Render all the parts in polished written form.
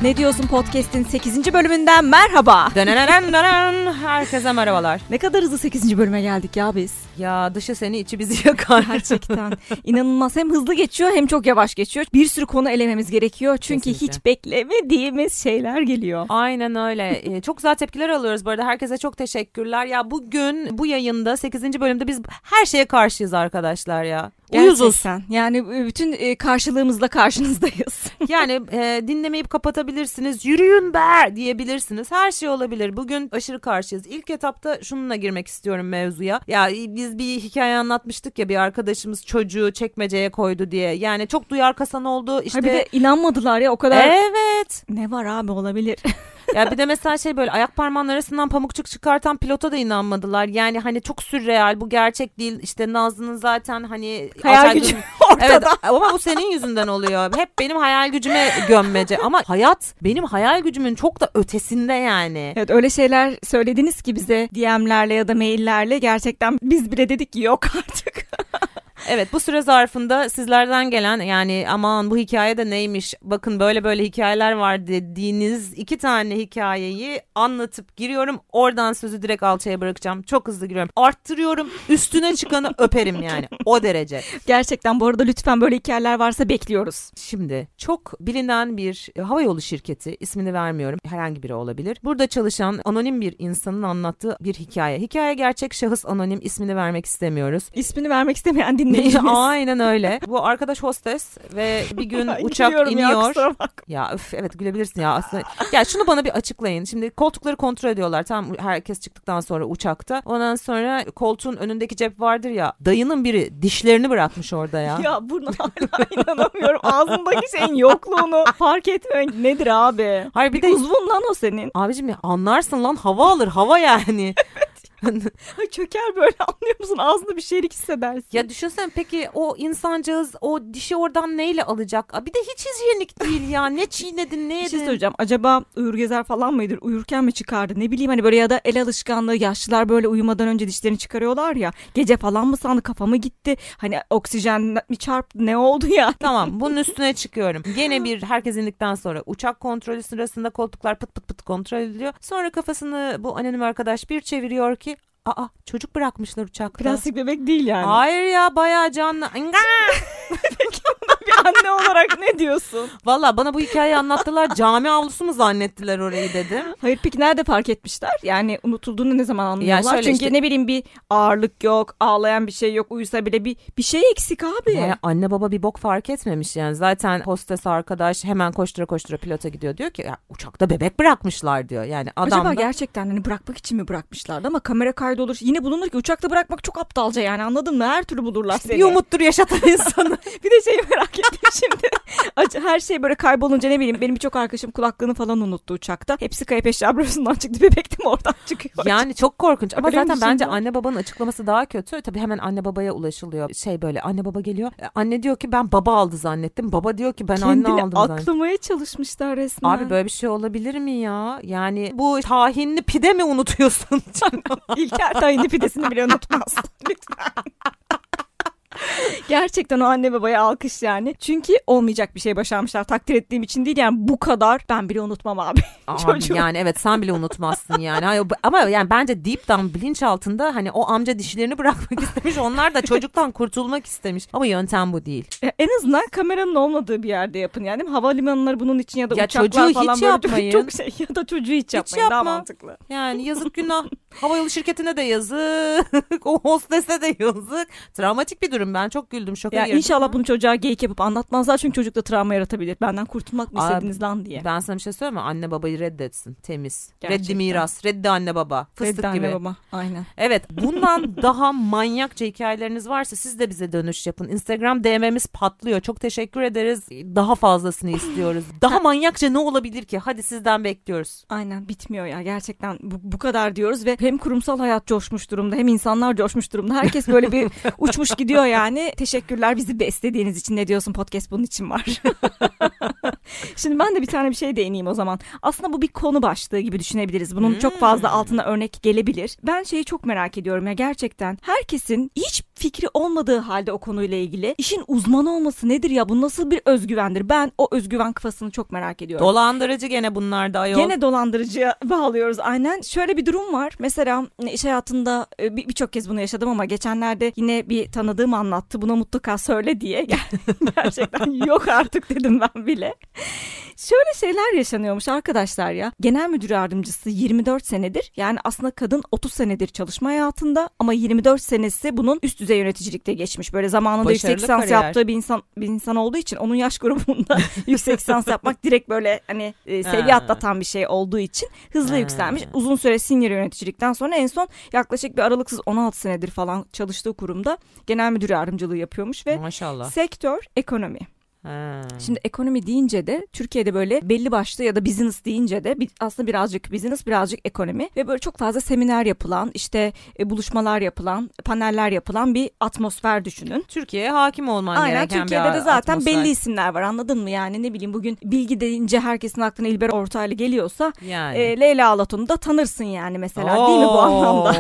Ne Diyorsun Podcast'in 8. bölümünden merhaba. Herkese merhabalar. Ne kadar hızlı 8. bölüme geldik ya biz. Ya dışı seni içi bizi yakar. Gerçekten inanılmaz, hem hızlı geçiyor hem çok yavaş geçiyor. Bir sürü konu elememiz gerekiyor çünkü Kesinlikle. hiç beklemediğimiz şeyler geliyor. Aynen öyle. Çok güzel tepkiler alıyoruz bu arada. Herkese çok teşekkürler. Ya bugün bu yayında 8. bölümde biz her şeye karşıyız arkadaşlar ya. Uyuzuz. Gerçekten. Yani bütün karşılığımızla karşınızdayız. Yani dinlemeyip kapatabilirsiniz. Yürüyün be diyebilirsiniz. Her şey olabilir. Bugün aşırı karşıyız. İlk etapta şununla girmek istiyorum mevzuya. Ya biz bir hikaye anlatmıştık ya, bir arkadaşımız çocuğu çekmeceye koydu diye. Yani çok duyar kasan oldu. İşte... Ha, bir de inanmadılar ya o kadar. Evet. Ne var abi, olabilir. Ya bir de mesela böyle ayak parmağının arasından pamukçuk çıkartan pilota da inanmadılar. Yani hani çok sürreal, bu gerçek değil. İşte Nazlı'nın zaten hani hayal gücü ortada. Evet, ama bu senin yüzünden oluyor. Hep benim hayal gücüme gömmece. Ama hayat benim hayal gücümün çok da ötesinde yani. Evet, öyle şeyler söylediniz ki bize DM'lerle ya da maillerle, gerçekten biz bile dedik ki yok artık. Evet, bu süre zarfında sizlerden gelen, yani aman bu hikaye de neymiş, bakın böyle böyle hikayeler var dediğiniz 2 tane hikayeyi anlatıp giriyorum. Oradan sözü direkt alçaya bırakacağım. Çok hızlı giriyorum. Arttırıyorum. Üstüne çıkanı öperim yani. O derece. Gerçekten bu arada lütfen böyle hikayeler varsa bekliyoruz. Şimdi çok bilinen bir havayolu şirketi, ismini vermiyorum, herhangi biri olabilir. Burada çalışan anonim bir insanın anlattığı bir hikaye. Hikaye gerçek, şahıs anonim, ismini vermek istemiyoruz. İsmini vermek istemeyen dinleyicimiz. Aynen öyle. Bu arkadaş hostes ve bir gün uçak iniyor. Ya evet, gülebilirsin ya aslında. Ya şunu bana bir açıklayın. Şimdi koltukları kontrol ediyorlar. Tam herkes çıktıktan sonra uçakta. Ondan sonra koltuğun önündeki cep vardır ya. Dayının biri dişlerini bırakmış orada ya. Ya buna hala inanamıyorum. Ağzındaki şeyin yokluğunu fark etmek nedir abi? Hayır, bir de uzvun lan o senin. Abicim ya, anlarsın lan, hava alır hava yani. Çöker böyle, anlıyor musun? Ağzında bir şeylik hissedersin. Ya düşünsene, peki o insancağız o dişi oradan neyle alacak? Bir de hiç hijyenik değil ya. Ne çiğnedin, ne yedin? Bir şey söyleyeceğim. Acaba uyur gezer falan mıydır? Uyurken mi çıkardı? Ne bileyim, hani böyle, ya da el alışkanlığı, yaşlılar böyle uyumadan önce dişlerini çıkarıyorlar ya. Gece falan mı sandı, kafa mı gitti? Hani oksijen mi çarptı, ne oldu ya? Tamam, bunun üstüne çıkıyorum. Gene bir herkes indikten sonra uçak kontrolü sırasında koltuklar pıt pıt pıt kontrol ediliyor. Sonra kafasını bu anonim arkadaş bir çeviriyor ki çocuk bırakmışlar uçakta. Plastik bebek değil yani. Hayır ya, bayağı canlı. Peki bir anne olarak ne diyorsun? Valla bana bu hikayeyi anlattılar. Cami avlusu mu zannettiler orayı dedim. Hayır, peki nerede fark etmişler? Yani unutulduğunu ne zaman anlıyorlar? Çünkü işte, ne bileyim, bir ağırlık yok, ağlayan bir şey yok, uyusa bile bir şey eksik abi. Yani anne baba bir bok fark etmemiş yani. Zaten hostes arkadaş hemen koştura koştura pilota gidiyor. Diyor ki ya, uçakta bebek bırakmışlar diyor. Yani adam acaba da... gerçekten hani bırakmak için mi bırakmışlardı, ama kamera kaydı olur. Yine bulunur ki uçakta bırakmak çok aptalca yani, anladın mı? Her türlü bulurlar seni. Bir umuttur yaşatan insanı. Bir de şeyi merak ettim şimdi. Her şey böyle kaybolunca, ne bileyim, benim birçok arkadaşım kulaklığını falan unuttu uçakta. Hepsi kayıp eşya bürosundan çıktı. Bebek de mi oradan çıkıyor? Yani çok korkunç. Ama öyle zaten bence var. anne babanın açıklaması daha kötü. Tabii hemen anne babaya ulaşılıyor. Böyle anne baba geliyor. Anne diyor ki ben baba aldı zannettim. Baba diyor ki ben anne aldım zannettim. Aklamaya çalışmışlar resmen. Abi böyle bir şey olabilir mi ya? Yani bu tahinli pide mi unutuyorsun? İlker tahinli pidesini bile unutmaz. Lütfen. Gerçekten o anne babaya alkış yani. Çünkü olmayacak bir şey başarmışlar. Takdir ettiğim için değil yani, bu kadar ben bile unutmam abi. Abi yani evet, sen bile unutmazsın yani. Hayır, ama yani bence deep down, bilinç altında hani o amca dişlerini bırakmak istemiş. Onlar da çocuktan kurtulmak istemiş. Ama yöntem bu değil. En azından kameranın olmadığı bir yerde yapın yani. Havalimanları bunun için, ya da ya uçaklar çocuğu falan hiç böyle yapmayın. çok şey, ya da çocuğu hiç yapmayın, yapma. daha mantıklı. Yani yazık, günah. Havayolu şirketine de yazık. O hostese de yazık. Travmatik bir durum. Ben çok güldüm, şoka girdim. İnşallah bunu çocuğa geyik yapıp anlatmazlar, çünkü çocuk da travma yaratabilir. Benden kurtulmak mı istediniz lan diye. Ben sana bir şey söyleyeyim mi? Anne babayı reddetsin. Temiz. Gerçekten. Reddi miras. Reddi anne baba. Fıstık Reddi gibi. anne baba. Aynen. Evet, bundan daha manyakça hikayeleriniz varsa siz de bize dönüş yapın. Instagram DM'miz patlıyor. Çok teşekkür ederiz. Daha fazlasını istiyoruz. Daha manyakça ne olabilir ki? Hadi sizden bekliyoruz. Aynen, bitmiyor ya gerçekten, bu kadar diyoruz ve hem kurumsal hayat coşmuş durumda, hem insanlar coşmuş durumda. Herkes böyle bir uçmuş gidiyor yani. Teşekkürler bizi beslediğiniz için. Ne Diyorsun Podcast bunun için var. Şimdi ben de bir tane bir şey değineyim o zaman. Aslında bu bir konu başlığı gibi düşünebiliriz. Bunun çok fazla altına örnek gelebilir. Ben şeyi çok merak ediyorum ya, gerçekten. Herkesin hiç fikri olmadığı halde o konuyla ilgili işin uzmanı olması nedir ya? Bu nasıl bir özgüvendir? Ben o özgüven kafasını çok merak ediyorum. Dolandırıcı gene bunlar da ayol. Gene dolandırıcıya bağlıyoruz aynen. Şöyle bir durum var. Mesela iş hayatında birçok kez bunu yaşadım ama geçenlerde yine bir tanıdığım anlattı. Buna mutlaka söyle diye. Gerçekten yok artık dedim ben bile. Şöyle şeyler yaşanıyormuş arkadaşlar ya. Genel müdür yardımcısı 24 senedir. Yani aslında kadın 30 senedir çalışma hayatında ama 24 senesi bunun üst düzey yöneticilikte geçmiş. Böyle zamanında başarılı yüksek lisans kariyer yaptığı bir insan olduğu için onun yaş grubunda yüksek lisans yapmak direkt böyle hani seviye atlatan bir şey olduğu için hızlı yükselmiş. Uzun süre senior yöneticilikten sonra en son yaklaşık bir aralıksız 16 senedir falan çalıştığı kurumda genel müdür yardımcılığı yapıyormuş ve maşallah. Sektör ekonomi. Şimdi ekonomi deyince de Türkiye'de böyle belli başlı ya da business deyince de aslında birazcık business birazcık ekonomi ve böyle çok fazla seminer yapılan işte buluşmalar yapılan paneller yapılan bir atmosfer düşünün. Türkiye'ye hakim olman aynen, gereken Türkiye'de bir de zaten atmosfer. Belli isimler var, anladın mı yani, ne bileyim bugün Bilgi deyince herkesin aklına İlber Ortaylı geliyorsa yani. Leyla Alaton'u da tanırsın yani mesela, değil mi bu anlamda?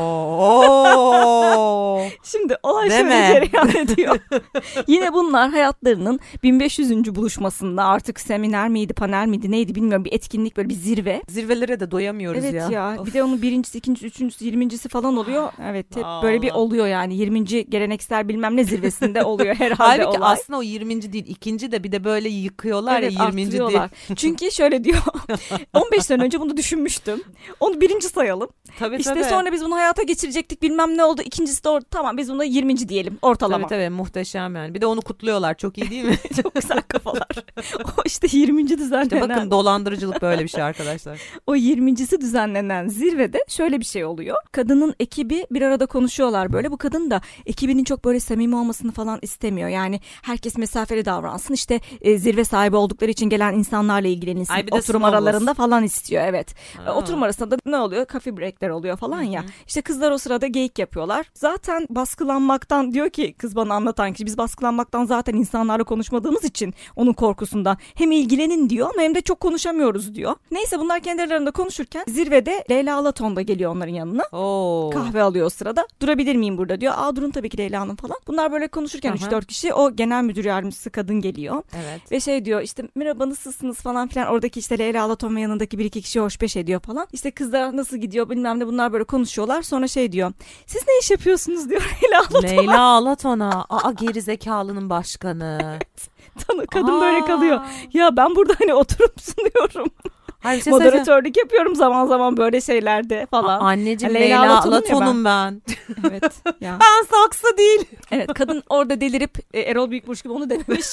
Şimdi olay şöyle cereyan ediyor. Yine bunlar hayatlarının 1500. buluşmasında, artık seminer miydi, panel miydi, neydi bilmiyorum, bir etkinlik, böyle bir zirve. Zirvelere de doyamıyoruz evet ya. Evet ya. Bir de onun birincisi, ikincisi, üçüncüsü, 20'si falan oluyor. Evet, hep böyle bir oluyor yani. 20. geleneksel bilmem ne zirvesinde oluyor herhalde halbuki olay. aslında o 20. değil, ikinci de bir de böyle yıkıyorlar evet, ya 20. değil. Çünkü şöyle diyor. 15 sene önce bunu düşünmüştüm. Onu birinci sayalım. Tabii, işte sonra biz bunu hayata geçirecektik, bilmem ne oldu. İkincisi de tamam biz buna 20. diyelim ortalama. Tabii muhteşem yani. Bir de onu kutluyorlar, çok iyi değil mi? Çok güzel kafalar. O işte 20. düzenlenen. İşte bakın dolandırıcılık böyle bir şey arkadaşlar. O 20.si düzenlenen zirvede şöyle bir şey oluyor. Kadının ekibi bir arada konuşuyorlar böyle. Bu kadın da ekibinin çok böyle samimi olmasını falan istemiyor. Yani herkes mesafeli davransın. İşte zirve sahibi oldukları için gelen insanlarla ilgilenilsin. Oturum aralarında falan istiyor. Evet. Oturum arasında da ne oluyor? Coffee breakler oluyor falan ya. İşte kızlar o sırada geyik yapıyorlar. Zaten baskılanmaktan, diyor ki kız bana anlatan kişi, biz baskılanmaktan zaten insanlarla konuşmadığımız için onun korkusundan hem ilgilenin diyor ama hem de çok konuşamıyoruz diyor. Neyse bunlar kendi aralarında konuşurken zirvede Leyla Alaton da geliyor onların yanına. Kahve alıyor o sırada. Durabilir miyim burada diyor. Durun tabii ki Leyla Hanım falan. Bunlar böyle konuşurken 3-4 kişi, o genel müdür yardımcısı kadın geliyor. Evet. Ve şey diyor işte merhaba nasılsınız falan filan. Oradaki işte Leyla Alaton ve yanındaki 1-2 kişi hoşbeş ediyor falan. İşte kızlar nasıl gidiyor bilmem ne, bunlar böyle konuşuyorlar. Sonra şey diyor. Siz ne iş yapıyorsunuz diyor Leyla Alaton'a. Leyla Alaton'a. Gerizekalının başkanı. Kadın böyle kalıyor. Ya ben burada hani oturum sunuyorum. Hayır, moderatörlük yapıyorum zaman zaman böyle şeylerde falan. Anneciğim Leyla Alaton'um ben. Evet. Ya. Ben saksı değil. Evet, kadın orada delirip Erol Büyükburç gibi onu dememiş.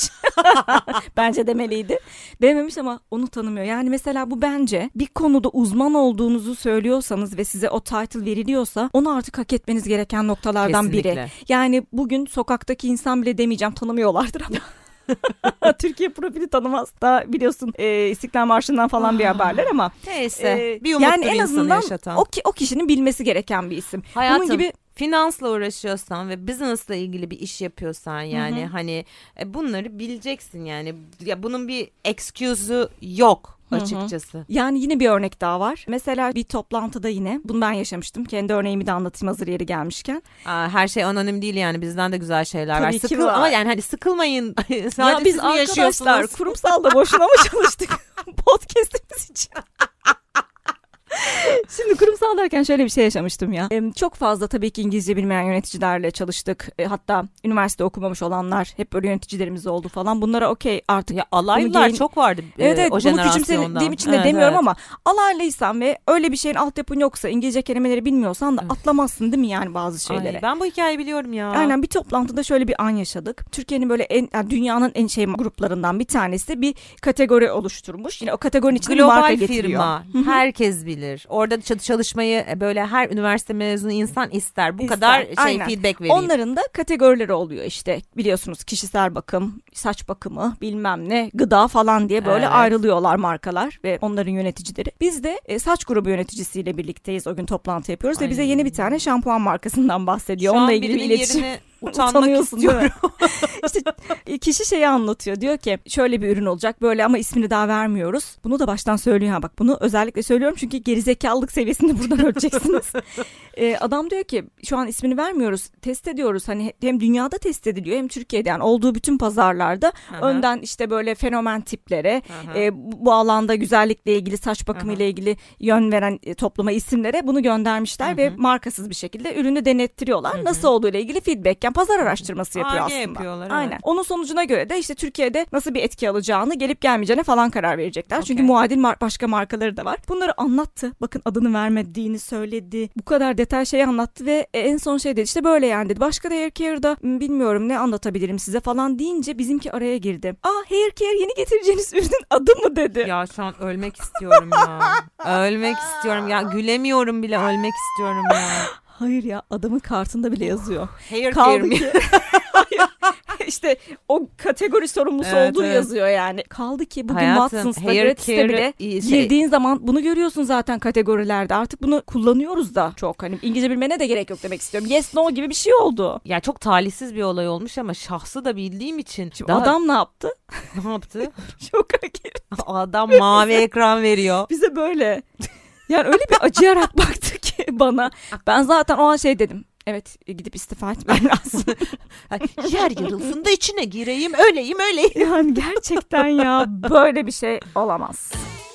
Bence demeliydi. Dememiş ama onu tanımıyor. Yani mesela bu bence bir konuda uzman olduğunuzu söylüyorsanız ve size o title veriliyorsa onu artık hak etmeniz gereken noktalardan biri. Yani bugün sokaktaki insan bile demeyeceğim, tanımıyorlardır ama. Türkiye profili tanımaz da biliyorsun İstiklal Marşı'ndan falan bir haberler ama neyse bir umutlu yani en azından yaşatan. O kişinin bilmesi gereken bir isim. Hayatım, bunun gibi finansla uğraşıyorsan ve business'la ilgili bir iş yapıyorsan yani hani bunları bileceksin yani. Ya bunun bir excuse'u yok açıkçası. Yani yine bir örnek daha var. Mesela bir toplantıda yine bunu ben yaşamıştım. Kendi örneğimi de anlatayım hazır yeri gelmişken. Her şey anonim değil yani, bizden de güzel şeyler Tabii var. Ama yani hani sıkılmayın. Sadece ya biz siz mi yaşıyorsunuz? Arkadaşlar kurumsalda boşuna mı çalıştık podcast'imiz için? Şimdi kurumsal derken şöyle bir şey yaşamıştım ya. Çok fazla tabii ki İngilizce bilmeyen yöneticilerle çalıştık. Hatta üniversite okumamış olanlar hep böyle yöneticilerimiz oldu falan. Bunlara okey artık. Ya alaylılar çok vardı evet, o jenerasyondan. Bunu küçümsediğim için de demiyorum ama alaylıysan ve öyle bir şeyin altyapın yoksa, İngilizce kelimeleri bilmiyorsan da atlamazsın değil mi yani bazı şeylere. Ben bu hikayeyi biliyorum ya. Aynen, bir toplantıda şöyle bir an yaşadık. Türkiye'nin böyle yani dünyanın en gruplarından bir tanesi bir kategori oluşturmuş. Yine o kategorinin içinde bir marka getiriyor. Global firma. Herkes bilir. Orada çalışmayı böyle her üniversite mezunu insan ister. Bu kadar feedback vereyim. Onların da kategorileri oluyor işte. Biliyorsunuz kişisel bakım, saç bakımı, bilmem ne, gıda falan diye böyle ayrılıyorlar markalar ve onların yöneticileri. Biz de saç grubu yöneticisiyle birlikteyiz. O gün toplantı yapıyoruz ve bize yeni bir tane şampuan markasından bahsediyor. Onunla ilgili bir iletişim. Utanmak istiyorum. İşte kişi şeyi anlatıyor. Diyor ki şöyle bir ürün olacak böyle ama ismini daha vermiyoruz. Bunu da baştan söylüyor. Ha bak bunu özellikle söylüyorum çünkü gerizekalılık seviyesini buradan ölçeceksiniz. Adam diyor ki şu an ismini vermiyoruz. Test ediyoruz. Hani hem dünyada test ediliyor hem Türkiye'de yani olduğu bütün pazarlarda önden işte böyle fenomen tiplere bu alanda güzellikle ilgili saç bakımı ile ilgili yön veren topluma isimlere bunu göndermişler ve markasız bir şekilde ürünü denettiriyorlar. Nasıl olduğu ile ilgili feedback yani pazar araştırması yapıyor aslında. Yapıyorlar, aynen. Evet. Onun sonucuna göre de işte Türkiye'de nasıl bir etki alacağını gelip gelmeyeceğine falan karar verecekler. Çünkü muadil başka markaları da var. Bunları anlattı. Bakın adını vermediğini söyledi. Bu kadar detay şeyi anlattı ve en son şey dedi işte böyle yani dedi. Başka da hair care'da bilmiyorum ne anlatabilirim size falan deyince bizimki araya girdi. Hair care yeni getireceğiniz ürünün adı mı dedi. Ya şu an ölmek istiyorum ya. Ölmek istiyorum ya. Gülemiyorum bile, ölmek istiyorum ya. Hayır ya adamın kartında bile yazıyor. Hair care mi? İşte o kategori sorumlusu olduğu yazıyor yani. Kaldı ki bugün Watsons'ta Gratis'te bile girdiğin zaman bunu görüyorsun zaten kategorilerde. Artık bunu kullanıyoruz da çok. Hani İngilizce bilmene de gerek yok demek istiyorum. Yes no gibi bir şey oldu. Ya çok talihsiz bir olay olmuş ama şahsı da bildiğim için. Şimdi adam ne yaptı? Ne yaptı? Şoka girdi. Adam mavi ekran veriyor. Bize böyle. Yani öyle bir acıyarak baktı ki bana. Ben zaten o an şey dedim. Evet gidip istifa etmem lazım. Yer yarılsın da içine gireyim öyleyim. Yani gerçekten ya böyle bir şey olamaz.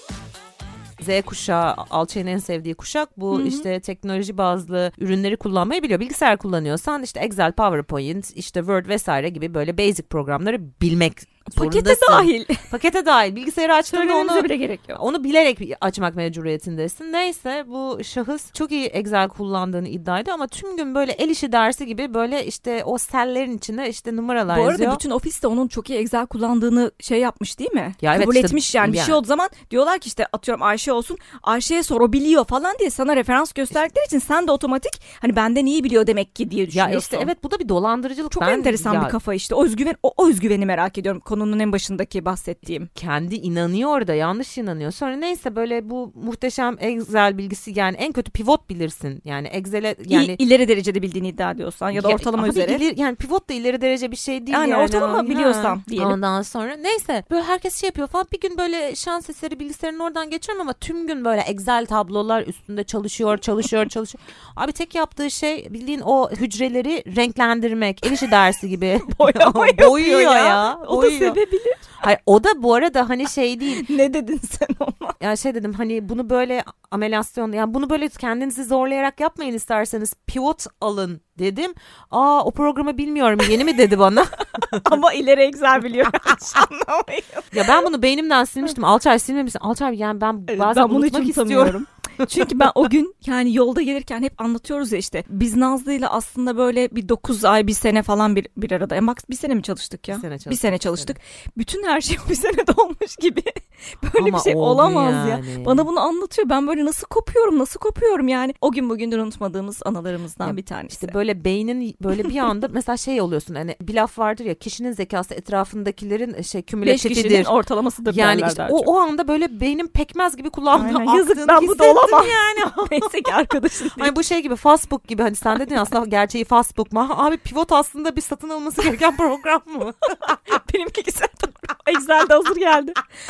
Z kuşağı, Alçay'ın en sevdiği kuşak bu. İşte teknoloji bazlı ürünleri kullanmayı biliyor. Bilgisayar kullanıyorsan işte Excel, PowerPoint, işte Word vesaire gibi böyle basic programları bilmek Pakete dahil. Pakete dahil. Bilgisayarı açtığında onu bile gerek yok. Onu bilerek açmak mecburiyetindesin. Neyse bu şahıs çok iyi Excel kullandığını iddia ediyor ama tüm gün böyle el işi dersi gibi böyle işte o sellerin içinde işte numaralar yazıyor. Bu arada bütün ofiste onun çok iyi Excel kullandığını şey yapmış değil mi? Ya kabul evet, etmiş yani. Bir şey olduğu zaman diyorlar ki işte atıyorum Ayşe olsun. Ayşe'ye sor o biliyor falan diye sana referans gösterdikleri için sen de otomatik hani benden iyi biliyor demek ki diye düşünüyorsun. Ya işte evet bu da bir dolandırıcılık. Çok enteresan bir kafa işte. O özgüveni merak ediyorum. Konunun en başındaki bahsettiğim. Kendi inanıyor da yanlış inanıyor. Sonra neyse böyle bu muhteşem Excel bilgisi yani en kötü pivot bilirsin. Yani Excel'e yani ileri derecede bildiğini iddia ediyorsan ya da ortalama üzeri. Yani pivot da ileri derece bir şey değil yani. Ortalama biliyorsam diyelim. Ondan sonra neyse böyle herkes şey yapıyor falan. Bir gün böyle şans eseri bilgisayarın oradan geçiyorum ama tüm gün böyle Excel tablolar üstünde çalışıyor. Abi tek yaptığı şey bildiğin o hücreleri renklendirmek. El işi dersi gibi. Boyuyor ya. O da sebebilir. Hayır o da bu arada hani şey değil. Ne dedin sen ona? Ya şey dedim hani bunu böyle amelasyon yani bunu böyle kendinizi zorlayarak yapmayın isterseniz pivot alın dedim. O programı bilmiyorum yeni mi dedi bana. Ama ileri Excel biliyor. Ya ben bunu beynimden silmiştim. Alçay silmemişsin. Alçay yani ben bazen unutmak istiyorum. Çünkü ben o gün yani yolda gelirken hep anlatıyoruz ya işte biz Nazlı'yla aslında böyle bir 9 ay bir sene falan bir arada. Max bir sene mi çalıştık ya? Bir sene çalıştık. Bütün her şey bir sene dolmuş gibi. Böyle ama bir şey olamaz yani. Ya. Bana bunu anlatıyor. Ben böyle nasıl kopuyorum yani. O gün bugündür unutmadığımız anılarımızdan ya, bir tanesi. İşte böyle beynin böyle bir anda mesela şey oluyorsun hani bir laf vardır ya kişinin zekası etrafındakilerin kümülatifidir. 5 kişinin ortalamasıdır yani derler. Işte o anda böyle beynin pekmez gibi kulağımda yazık ben bu da olamam. Yani. Neyse ki arkadaşım değil. Hani bu şey gibi Facebook gibi hani sen dedin aslında gerçeği Facebook mu? Abi pivot aslında bir satın alınması gereken program mı? Benim bilgisayarda Excel'de hazır geldi.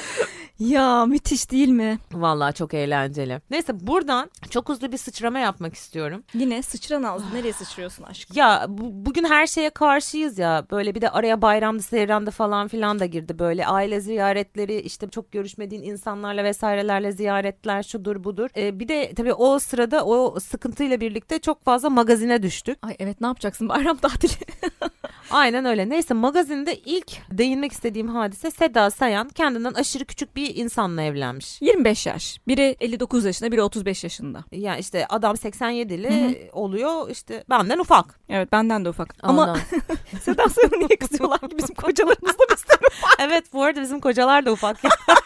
Ya müthiş değil mi? Vallahi çok eğlenceli. Neyse buradan çok hızlı bir sıçrama yapmak istiyorum. Yine sıçra Nazlı. Nereye sıçrıyorsun aşkım? Ya bugün her şeye karşıyız ya. Böyle bir de araya bayramda seyranda falan filan da girdi. Böyle aile ziyaretleri işte çok görüşmediğin insanlarla vesairelerle ziyaretler şudur budur. Bir de tabii o sırada o sıkıntıyla birlikte çok fazla magazine düştük. Ay evet ne yapacaksın bayram tatili? Aynen öyle. Neyse magazinde ilk değinmek istediğim hadise Seda Sayan kendinden aşırı küçük bir insanla evlenmiş. 25 yaş. Biri 59 yaşında, biri 35 yaşında. Yani işte adam 87'li oluyor işte benden ufak. Evet benden de ufak. Ama Seda Sayan'a niye kızıyorlar ki bizim kocalarımız da bizden ufak. Evet bu arada bizim kocalar da ufak.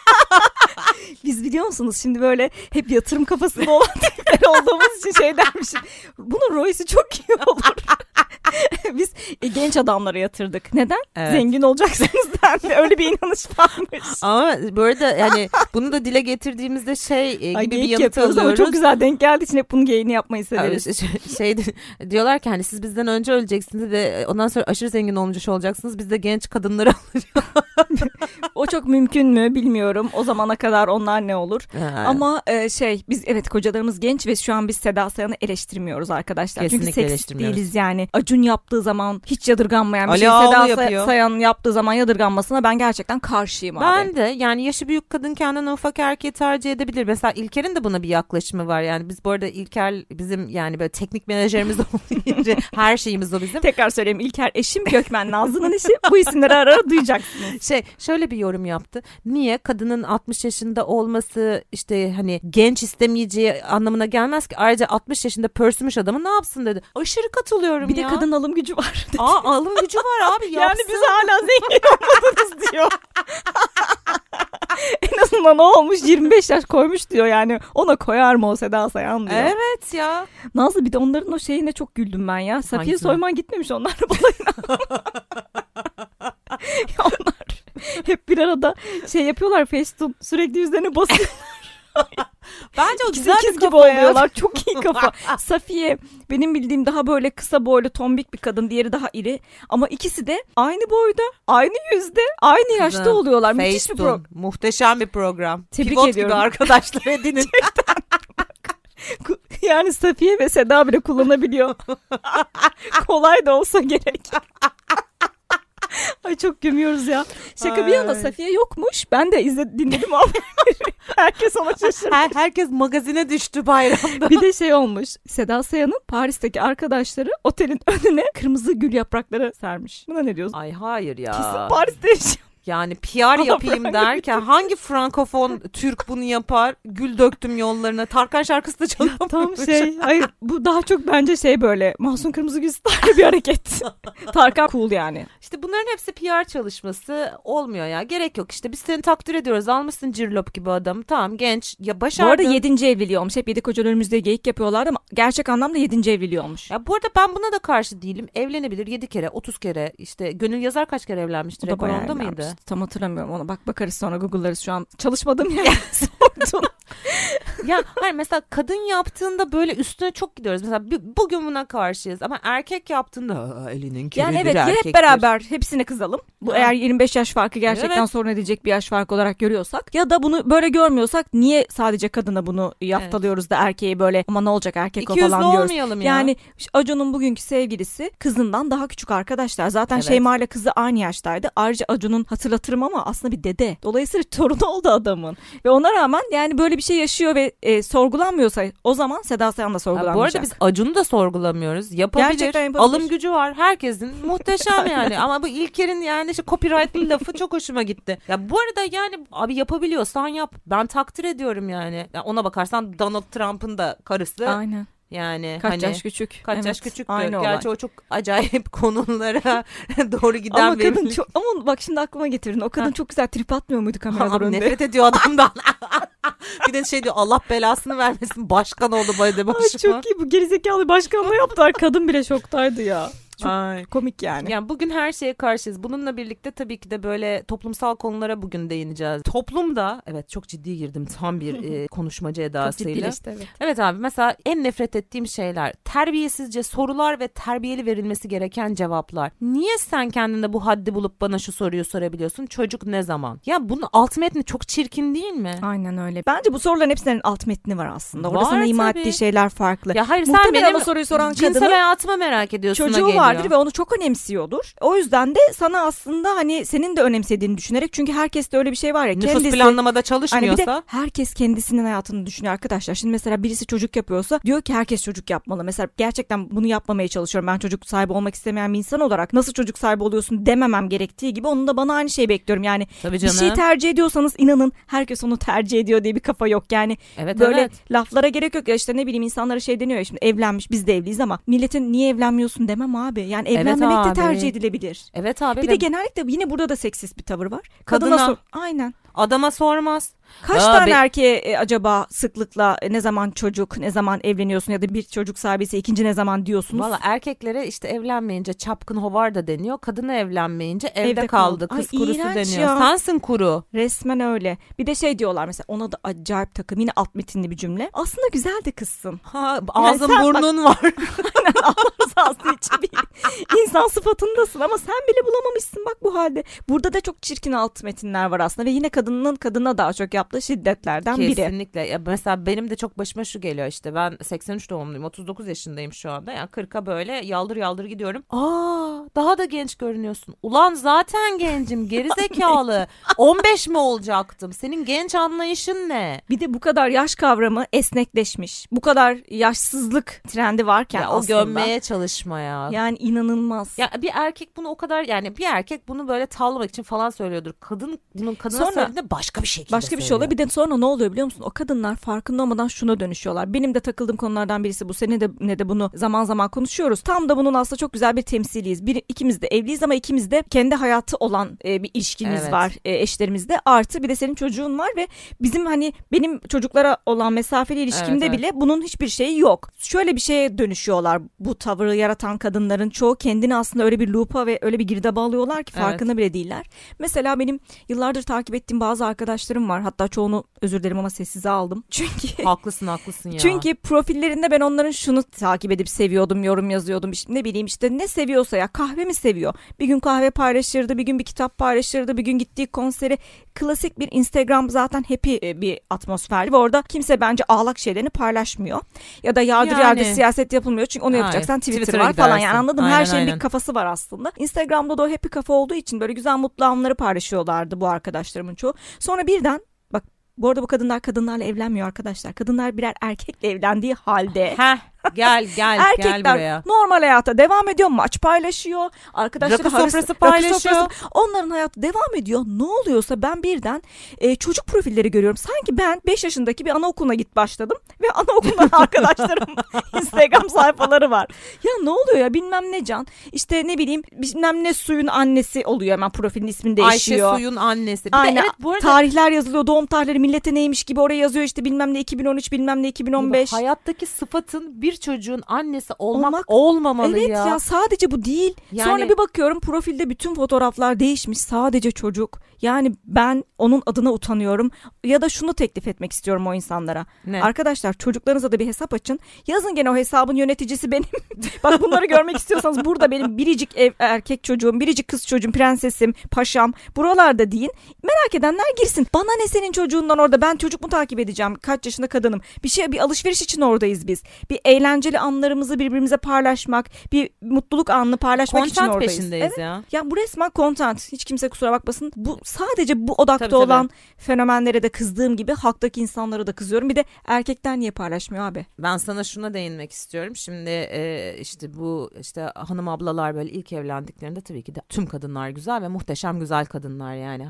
Biz biliyor musunuz şimdi böyle hep yatırım kafasında olan tipler olduğumuz için şey dermişim. Bunun ROI'si çok iyi olur. Biz genç adamlara yatırdık. Neden? Evet. Zengin olacaksınız dendi. Öyle bir inanış varmış. Ama bu arada yani bunu da dile getirdiğimizde gibi bir yanıt alıyoruz. Ama çok güzel denk geldiği için hep bunun geyini yapmayı severiz. Diyorlar ki hani siz bizden önce öleceksiniz ve ondan sonra aşırı zengin olmuş olacaksınız. Biz de genç kadınları alıyoruz. O çok mümkün mü bilmiyorum. O zamana kadar onlar ne olur? Ama biz evet kocalarımız genç ve şu an biz Seda Sayan'ı eleştirmiyoruz arkadaşlar. Kesinlikle çünkü seksist değiliz yani. Acun yaptığı zaman hiç yadırganmayan bir şey. Seda Sayan yaptığı zaman yadırganmasına ben gerçekten karşıyım abi. Ben de yani yaşı büyük kadın kendine ufak erkeği tercih edebilir. Mesela İlker'in de buna bir yaklaşımı var. Yani biz bu arada İlker bizim yani böyle teknik menajerimiz olunca her şeyimiz o bizim. Tekrar söyleyeyim, İlker eşim, Gökmen Nazlı'nın eşi. Bu isimleri ara duyacaksınız. Şöyle bir yorum yaptı. Niye kadının 60 yaşında olması işte hani genç istemeyeceği anlamına gelmez ki. Ayrıca 60 yaşında pörsümüş adamı ne yapsın dedi. Aşırı katılıyorum ya. Bir de kadın alım gücü var dedi. Alım gücü var abi. Yani biz hala zengin olmadınız diyor. En azından o olmuş 25 yaş koymuş diyor yani. Ona koyar mı o Seda Sayan diyor. Evet ya. Nazlı bir de onların o şeyine çok güldüm ben ya. Safiye Soyman gitmemiş onlarla balayına. Onlar hep bir arada yapıyorlar, Facetune sürekli yüzlerine basıyorlar. Bence o güzel bir gibi oluyorlar. Çok iyi kafa. Safiye benim bildiğim daha böyle kısa boylu tombik bir kadın. Diğeri daha iri. Ama ikisi de aynı boyda, aynı yüzde, aynı yaşta oluyorlar. Müthiş bir program. Muhteşem bir program. Tebrik Pivot ediyorum. gibi arkadaşlar edinin. Yani Safiye ve Seda bile kullanabiliyor. Kolay da olsa gerek. Ay çok gömüyoruz ya. Şaka bir yana Safiye yokmuş. Ben de dinledim abi. Herkes ona şaşırdı. Herkes magazine düştü bayramda. Bir de olmuş. Seda Sayan'ın Paris'teki arkadaşları otelin önüne kırmızı gül yaprakları sermiş. Buna ne diyorsun? Ay hayır ya. Kesin Paris'te yaşıyor. Yani PR yapayım derken hangi frankofon Türk bunu yapar? Gül döktüm yollarına. Tarkan şarkısı da çalıyor. Tam hayır bu daha çok bence böyle Mahsun Kırmızıgül style bir hareket. Tarkan cool yani. İşte bunların hepsi PR çalışması, olmuyor ya. Gerek yok işte, biz seni takdir ediyoruz. Almışsın cirlop gibi adam. Tamam, genç ya, başardın. Bu arada 7. evliliği olmuş. Hep 7 koca önümüzde geyik yapıyorlardı ama gerçek anlamda 7. evliliği olmuş. Ya bu arada ben buna da karşı değilim. Evlenebilir 7 kere 30 kere. İşte Gönül Yazar kaç kere evlenmişti? Rekor onda mıydı? Tam hatırlamıyorum onu. Bakarız sonra, Google'larız, şu an çalışmadım ya. Sordun. Ya hayır, mesela kadın yaptığında böyle üstüne çok gidiyoruz. Mesela bugün buna karşıyız ama erkek yaptığında elinin kiridir, yani evet, erkektir. Hep beraber hepsine kızalım. Bu eğer 25 yaş farkı gerçekten sorun edecek bir yaş farkı olarak görüyorsak, ya da bunu böyle görmüyorsak niye sadece kadına bunu yaftalıyoruz da erkeğe böyle ama ne olacak erkek o falan diyoruz. Yani Acun'un bugünkü sevgilisi kızından daha küçük arkadaşlar. Zaten Şeyma ile kızı aynı yaştaydı. Ayrıca Acun'un, hatırlatırım ama aslında bir dede. Dolayısıyla torunu oldu adamın. Ve ona rağmen yani böyle bir şey yaşıyor ve sorgulanmıyorsa o zaman Seda Sayan da sorgulanmayacak. Bu arada biz Acun'u da sorgulamıyoruz. Yapabilir. Alım gücü var. Herkesin muhteşem yani. Ama bu İlker'in yani copyright'lı lafı çok hoşuma gitti. Ya bu arada yani abi, yapabiliyorsan yap. Ben takdir ediyorum yani. Ona bakarsan Donald Trump'ın da karısı. Aynen. Yani kaç yaş küçük. Kaç yaş küçüktü. Aynı Gerçi olay. o çok acayip konulara doğru giden ama kadın çok, ama bak şimdi aklıma getirdin. O kadın çok güzel trip atmıyor muydu kameralar önünde? Nefret ediyor adamdan. Bir de diyor, Allah belasını vermesin, başkan oldu böyle başıma. Çok iyi, bu gerizekalı başkanlığı yaptılar. Kadın bile şoktaydı ya. Çok komik yani. Yani bugün her şeye karşıyız. Bununla birlikte tabii ki de böyle toplumsal konulara bugün değineceğiz. Toplumda, evet çok ciddi girdim tam bir konuşmacı edasıyla. Çok ciddileşti, evet. Evet abi, mesela en nefret ettiğim şeyler terbiyesizce sorular ve terbiyeli verilmesi gereken cevaplar. Niye sen kendinde bu haddi bulup bana şu soruyu sorabiliyorsun? Çocuk ne zaman? Ya bunun alt metni çok çirkin değil mi? Aynen öyle. Bence bu soruların hepsinin alt metni var aslında. Orada sana ima ettiği şeyler farklı. Ya hayır, muhtemelen sen benim o soruyu soran cinsel kadının hayatımı merak ediyorsun. Çocuğu vardır ve onu çok önemsiyordur. O yüzden de sana aslında hani senin de önemsediğini düşünerek, çünkü herkeste öyle bir şey var ya. Nüfus planlamada çalışmıyorsa. Hani bir de herkes kendisinin hayatını düşünüyor arkadaşlar. Şimdi mesela birisi çocuk yapıyorsa diyor ki herkes çocuk yapmalı. Mesela gerçekten bunu yapmamaya çalışıyorum. Ben çocuk sahibi olmak istemeyen bir insan olarak nasıl çocuk sahibi oluyorsun dememem gerektiği gibi onun da bana aynı şeyi bekliyorum. Yani bir şeyi tercih ediyorsanız inanın herkes onu tercih ediyor diye bir kafa yok. Yani böyle laflara gerek yok ya, işte ne bileyim, insanlara deniyor ya, şimdi evlenmiş, biz de evliyiz ama milletin niye evlenmiyorsun demem abi. Yani evlenmemek de tercih edilebilir. Evet abi. Bir de genellikle yine burada da seksist bir tavır var. Kadına Aynen. Adama Adama sormaz. Kaç tane erkeğe acaba sıklıkla ne zaman çocuk, ne zaman evleniyorsun ya da bir çocuk sahibiyse ikinci ne zaman diyorsunuz? Valla erkeklere işte evlenmeyince çapkın hovar da deniyor. Kadına evlenmeyince evde kaldı. Kız kurusu deniyor. Ya. Sensin kuru. Resmen öyle. Bir de şey diyorlar mesela, ona da acayip takım. Yine alt metinli bir cümle. Aslında güzel de kızsın. Ağzın yani burnun var. Aynen, Allah rızası için bir insan sıfatındasın ama sen bile bulamamışsın bak bu halde. Burada da çok çirkin alt metinler var aslında ve yine kadının kadına daha çok yaptığı şiddetlerden biri. Kesinlikle. Ya mesela benim de çok başıma şu geliyor işte, ben 83 doğumluyum, 39 yaşındayım şu anda. Yani 40'a böyle yaldır yaldır gidiyorum. Daha da genç görünüyorsun. Ulan zaten gencim gerizekalı. 15 mi olacaktım? Senin genç anlayışın ne? Bir de bu kadar yaş kavramı esnekleşmiş. Bu kadar yaşsızlık trendi varken ya, aslında. O gömmeye çalışma ya. Yani inanılmaz. Ya bir erkek bunu o kadar, yani bir erkek bunu böyle tavlamak için falan söylüyordur. Kadın bunun kadına söylediğinde başka bir şekilde başka bir şey oluyor. Bir de sonra ne oluyor biliyor musun? O kadınlar farkında olmadan şuna dönüşüyorlar. Benim de takıldığım konulardan birisi bu. Seninle de ne de bunu zaman zaman konuşuyoruz. Tam da bunun aslında çok güzel bir temsiliyiz. İkimiz de evliyiz ama ikimiz de kendi hayatı olan bir ilişkimiz var eşlerimizde. Artı bir de senin çocuğun var ve bizim hani benim çocuklara olan mesafeli ilişkimde bile bunun hiçbir şeyi yok. Şöyle bir şeye dönüşüyorlar. Bu tavırı yaratan kadınların çoğu kendini aslında öyle bir loop'a ve öyle bir girdaba alıyorlar ki farkında bile değiller. Mesela benim yıllardır takip ettiğim bazı arkadaşlarım var. Hatta çoğunu özür dilerim ama sessize aldım. Çünkü haklısın ya. Çünkü profillerinde ben onların şunu takip edip seviyordum, yorum yazıyordum. İşte ne bileyim işte ne seviyorsa ya, kahve mi seviyor? Bir gün kahve paylaşırdı, bir gün bir kitap paylaşırdı, bir gün gittiği konseri. Klasik bir Instagram zaten happy bir atmosferli ve orada kimse bence ağlak şeylerini paylaşmıyor. Ya da yardır siyaset yapılmıyor. Çünkü onu yapacaksan Twitter var falan, yani anladım. Her şeyin bir kafası var aslında. Instagram'da da o happy kafa olduğu için böyle güzel mutlu anları paylaşıyorlardı bu arkadaşlarımın çoğu. Sonra birden bak, bu arada bu kadınlar kadınlarla evlenmiyor arkadaşlar. Kadınlar birer erkekle evlendiği halde. Gel erkekler buraya. Normal hayata devam ediyor. Maç paylaşıyor. Arkadaşları rakı sofrası paylaşıyor. Onların hayatı devam ediyor. Ne oluyorsa ben birden çocuk profilleri görüyorum. Sanki ben 5 yaşındaki bir anaokuluna başladım ve anaokulundan arkadaşlarım Instagram sayfaları var. Ya ne oluyor ya, bilmem ne Can. İşte ne bileyim bilmem ne suyun annesi oluyor, hemen profilin ismini değişiyor. Ayşe suyun annesi. Aynen. Bu arada tarihler yazılıyor. Doğum tarihleri millete neymiş gibi oraya yazıyor, işte bilmem ne 2013 bilmem ne 2015. Hayattaki sıfatın bir çocuğun annesi olmak olmamalı evet ya. Evet ya, sadece bu değil. Yani... Sonra bir bakıyorum profilde bütün fotoğraflar değişmiş. Sadece çocuk. Yani ben onun adına utanıyorum. Ya da şunu teklif etmek istiyorum o insanlara. Ne? Arkadaşlar çocuklarınıza da bir hesap açın. Yazın gene o hesabın yöneticisi benim. Bak bunları görmek istiyorsanız burada benim biricik erkek çocuğum, biricik kız çocuğum, prensesim, paşam. Buralarda deyin. Merak edenler girsin. Bana ne senin çocuğundan orada? Ben çocuk mu takip edeceğim? Kaç yaşında kadınım? Bir alışveriş için oradayız biz. Bir eğlenceli anlarımızı birbirimize paylaşmak, bir mutluluk anını paylaşmak için oradayız. Content peşindeyiz ya. Ya bu resmen content. Hiç kimse kusura bakmasın. Bu sadece bu odakta olan fenomenlere de kızdığım gibi halktaki insanlara da kızıyorum. Bir de erkekler niye paylaşmıyor abi? Ben sana şuna değinmek istiyorum. Şimdi işte bu işte hanım ablalar böyle ilk evlendiklerinde tabii ki de tüm kadınlar güzel ve muhteşem güzel kadınlar yani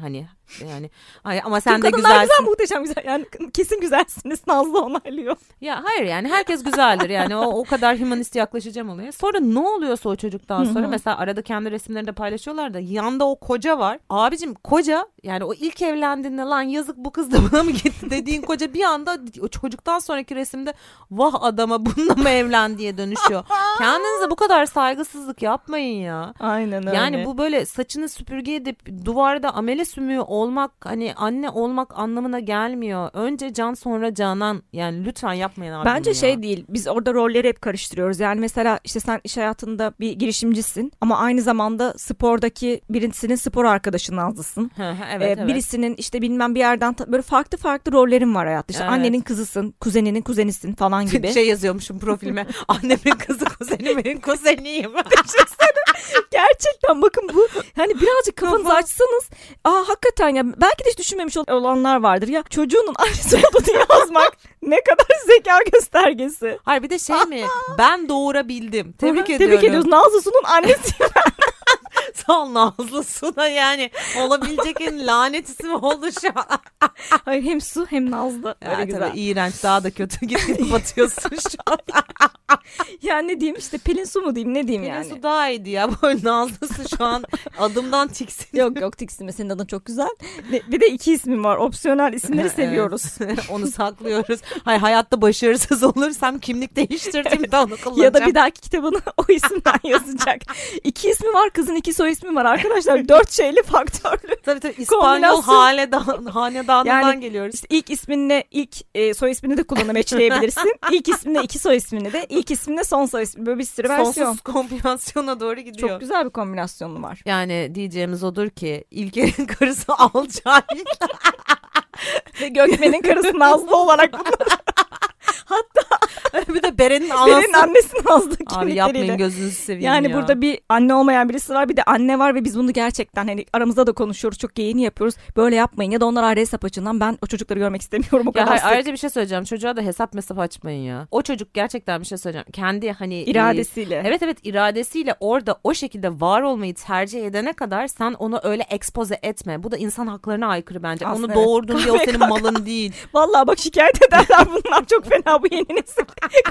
ama sen de güzelsin. Güzel, muhteşem güzel. Yani kesin güzelsiniz. Nazlı onaylıyor. Ya hayır, yani herkes güzeldir yani o kadar hümanist yaklaşacağım oluyor. Sonra ne oluyorsa o çocuktan sonra mesela arada kendi resimlerini de paylaşıyorlar da yanda o koca var. Abicim koca, yani o ilk evlendiğinde lan yazık bu kız da buna mı gitti dediğin koca bir anda o çocuktan sonraki resimde vah adama bununla mı evlen diye dönüşüyor. Kendinize bu kadar saygısızlık yapmayın ya. Aynen öyle. Yani bu böyle saçını süpürge edip duvarda amele sümüğü olmak, hani anne olmak anlamına gelmiyor. Önce can sonra canan, yani lütfen yapmayın abi. Bence şey değil, biz orada rolleri hep karıştırıyoruz. Yani mesela işte sen iş hayatında bir girişimcisin ama aynı zamanda spordaki birisinin spor arkadaşı Nazlısın. Evet. Birisinin işte bilmem bir yerden böyle farklı rollerin var hayatta. İşte annenin kızısın, kuzeninin kuzenisin falan gibi. Şey yazıyormuşum profilime. Annemin kızı, kuzenimin kuzeniyim. Gerçekten bakın bu hani birazcık kafanızı açsanız hakikaten ya, belki de hiç düşünmemiş olanlar vardır ya, çocuğunun annesi olduğunu yazmak ne kadar zeka göstergesi. Hayır bir de şey mi, ben doğurabildim. Tebrik ediyorum. Tebrik ediyoruz, Nazlı Su'nun annesiyim ben. Sağ ol Nazlı Su'na, yani olabilecek en lanet ismi oldu şu an. Hayır, hem Su hem Nazlı. Öyle güzel. Tabii iğrenç, daha da kötü gitip batıyorsun şu an. Yani ne diyeyim işte, Pelin Su mu diyeyim, ne diyeyim Pelin yani. Su daha iyiydi ya. Böyle Nazlısı şu an adımdan tiksiniyor. Yok tiksinme, senin adın çok güzel. Bir de 2 ismim var. Opsiyonel isimleri seviyoruz. Onu saklıyoruz. Hayır, hayatta başarısız olursam kimlik değiştirdiğimde onu kullanacağım. Ya da bir dahaki kitabını o isimden yazacak. 2 ismi var, kızın 2 soy ismi var arkadaşlar. 4 şeyli faktörlü. Tabii İspanyol hanedanından geliyoruz. İşte ilk isminle ilk soy ismini de kullanıp eçleyebilirsin. İlk isminle 2 soy ismini de, ilk isminle son soy ismini. Böyle bir sürü versiyon. Sonsuz kombinasyona doğru gidiyor. Çok güzel bir kombinasyonu var. Yani diyeceğimiz odur ki İlker'in karısı Alcay. Ve Gökmen'in karısı Nazlı olarak bunlar. Hatta bir de Beren'in annesi Nazlı kimlikleriyle. Abi yapmayın, gözünüzü seveyim yani ya. Burada bir anne olmayan birisi var, bir de anne var ve biz bunu gerçekten hani aramızda da konuşuyoruz, çok yayını yapıyoruz. Böyle yapmayın ya da onlar ayrı hesap açın. Ben o çocukları görmek istemiyorum o kadar. Ayrıca bir şey söyleyeceğim. Çocuğa da hesap açmayın ya. O çocuk gerçekten bir şey söyleyeceğim. Kendi hani iradesiyle. Evet iradesiyle orada o şekilde var olmayı tercih edene kadar sen onu öyle ekspoze etme. Bu da insan haklarına aykırı bence. Aslında onu doğurdun diye o senin malın değil. Vallahi bak şikayet ederler bunlar, çok fena bu yeni nesil.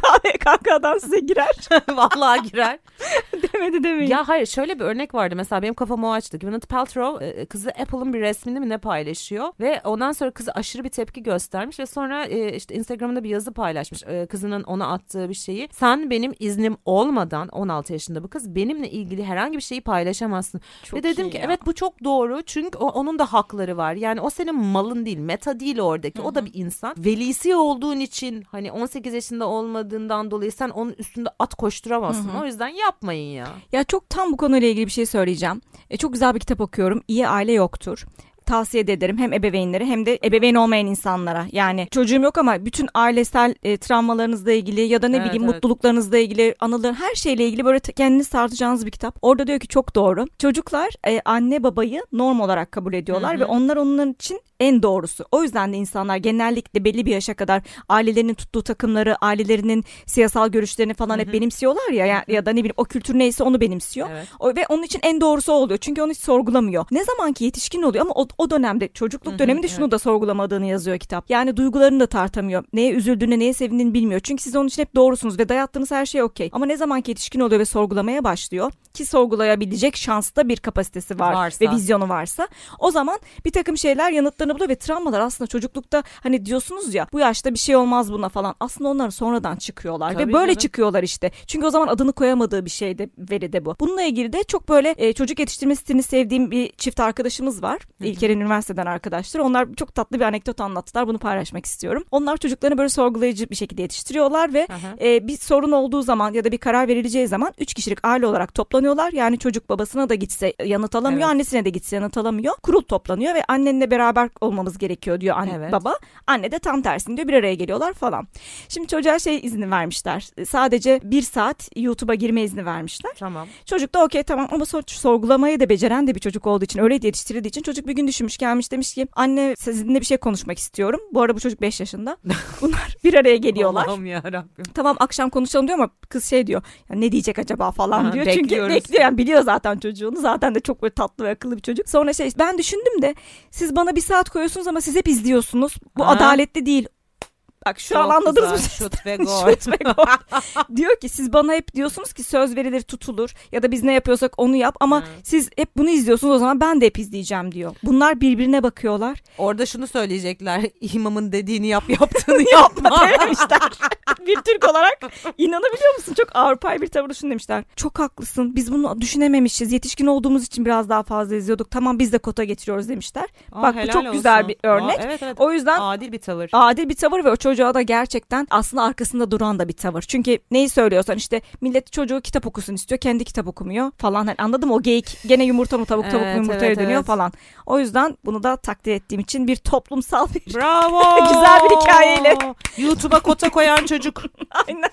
KVKK'dan size girer. Vallahi girer. Demedi demeyin. Ya hayır, şöyle bir örnek vardı mesela, benim kafamı o açtı. Gwyneth Paltrow kızı Apple'ın bir resmini mi ne paylaşıyor ve ondan sonra kızı aşırı bir tepki göstermiş ve sonra işte Instagram'da bir yazı paylaşmış, kızının ona attığı bir şeyi. Sen benim iznim olmadan, 16 yaşında bu kız, benimle ilgili herhangi bir şeyi paylaşamazsın. Çok ve dedim ki evet, bu çok doğru, çünkü onun da hakları var. Yani o senin malın değil, Meta değil oradaki. O da bir insan. Velisi olduğun için hani 18 yaşında olmadığından dolayı sen onun üstünde at koşturamazsın. O yüzden yapmayın ya. Ya çok tam bu konuyla ilgili bir şey söyleyeceğim. Çok güzel bir kitap okuyorum. İyi Aile Yoktur. Tavsiye ederim hem ebeveynlere hem de ebeveyn olmayan insanlara. Yani çocuğum yok ama bütün ailesel travmalarınızla ilgili ya da ne bileyim mutluluklarınızla ilgili, anıların, her şeyle ilgili böyle kendiniz tartacağınız bir kitap. Orada diyor ki çok doğru. Çocuklar anne babayı norm olarak kabul ediyorlar ve onlar onun için en doğrusu. O yüzden de insanlar genellikle belli bir yaşa kadar ailelerinin tuttuğu takımları, ailelerinin siyasal görüşlerini falan hep benimsiyorlar ya, ya da ne bileyim o kültür neyse onu benimsiyor. Ve onun için en doğrusu oluyor. Çünkü onu hiç sorgulamıyor. Ne zaman ki yetişkin oluyor, ama o dönemde, çocukluk döneminde şunu da sorgulamadığını yazıyor kitap. Yani duygularını da tartamıyor. Neye üzüldüğünü, neye sevindiğini bilmiyor. Çünkü siz onun için hep doğrusunuz ve dayattığınız her şey okey. Ama ne zaman ki yetişkin oluyor ve sorgulamaya başlıyor, ki sorgulayabilecek şansta bir kapasitesi varsa ve vizyonu varsa, o zaman bir takım şeyler yanıtlarını buluyor ve travmalar aslında çocuklukta hani diyorsunuz ya, bu yaşta bir şey olmaz buna falan. Aslında onlar sonradan çıkıyorlar. Tabii ve böyle çıkıyorlar işte. Çünkü o zaman adını koyamadığı bir şeyde, veri de bu. Bununla ilgili de çok böyle çocuk yetiştirme stilini sevdiğim bir çift arkadaşımız var. İlker'in üniversiteden arkadaşlar. Onlar çok tatlı bir anekdot anlattılar. Bunu paylaşmak istiyorum. Onlar çocuklarını böyle sorgulayıcı bir şekilde yetiştiriyorlar ve bir sorun olduğu zaman ya da bir karar verileceği zaman 3 kişilik aile olarak toplanıyorlar. Yani çocuk babasına da gitse yanıt alamıyor, annesine de gitse yanıt alamıyor. Kurul toplanıyor ve annenle beraber olmamız gerekiyor diyor baba. Anne de tam tersini diyor, bir araya geliyorlar falan. Şimdi çocuğa izni vermişler. Sadece 1 saat YouTube'a girme izni vermişler. Tamam. Çocuk da okey tamam, ama sorgulamayı da beceren de bir çocuk olduğu için, öyle yetiştirildiği için çocuk bir gün düşünmüş, gelmiş demiş ki anne sizinle bir şey konuşmak istiyorum. Bu arada bu çocuk 5 yaşında. Bunlar bir araya geliyorlar. Allah'ım yarabbim. Tamam akşam konuşalım diyor ama kız diyor. Ya ne diyecek acaba falan diyor. Çünkü bekliyor, yani biliyor zaten çocuğunu. Zaten de çok böyle tatlı ve akıllı bir çocuk. Sonra ben düşündüm de siz bana 1 saat koyuyorsunuz ama siz hep izliyorsunuz. Bu adaletli değil. Bak şu an anladınız mı? Şut ve gol. Diyor ki siz bana hep diyorsunuz ki söz verilir tutulur ya da biz ne yapıyorsak onu yap ama siz hep bunu izliyorsunuz, o zaman ben de hep izleyeceğim diyor. Bunlar birbirine bakıyorlar. Orada şunu söyleyecekler, imamın dediğini yap, yaptığını yapma demişler. Bir Türk olarak inanabiliyor musun? Çok Avrupa'yı bir tavır şunu demişler. Çok haklısın, biz bunu düşünememişiz, yetişkin olduğumuz için biraz daha fazla izliyorduk, tamam biz de kota getiriyoruz demişler. Bak bu çok güzel bir örnek. Evet. O yüzden adil bir tavır. Adil bir tavır ve o çocuğa da gerçekten aslında arkasında duran da bir tavır. Çünkü neyi söylüyorsan işte millet çocuğu kitap okusun istiyor, kendi kitap okumuyor falan. Hani anladın mı? O geyik gene yumurta mı tavuk, tavuk mu yumurtaya dönüyor falan. O yüzden bunu da takdir ettiğim için bir toplumsal bir bravo güzel bir hikayeyle YouTube'a kota koyan çocuk. Aynen.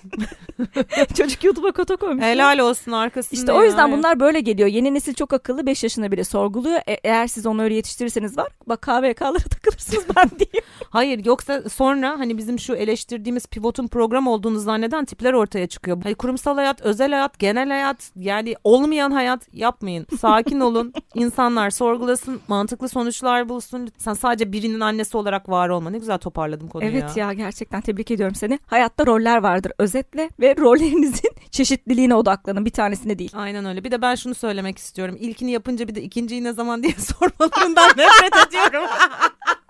Çocuk YouTube'a kota koymuş. Helal olsun arkasında. İşte o yüzden bunlar böyle geliyor. Yeni nesil çok akıllı, 5 yaşında bile sorguluyor. Eğer siz onu öyle yetiştirirseniz bak KVK'lara takılırsınız ben diyeyim. Hayır, yoksa sonra hani bizim bizim şu eleştirdiğimiz pivotun program olduğunu zanneden tipler ortaya çıkıyor. Hani kurumsal hayat, özel hayat, genel hayat, yani olmayan hayat yapmayın. Sakin olun. İnsanlar sorgulasın, mantıklı sonuçlar bulsun. Sen sadece birinin annesi olarak var olma. Ne güzel toparladım konuyu ya. Evet ya, gerçekten tebrik ediyorum seni. Hayatta roller vardır, özetle ve rollerinizin çeşitliliğine odaklanın, bir tanesine değil. Aynen öyle. Bir de ben şunu söylemek istiyorum. İlkini yapınca bir de ikinciyi ne zaman diye sormalarından nefret ediyorum.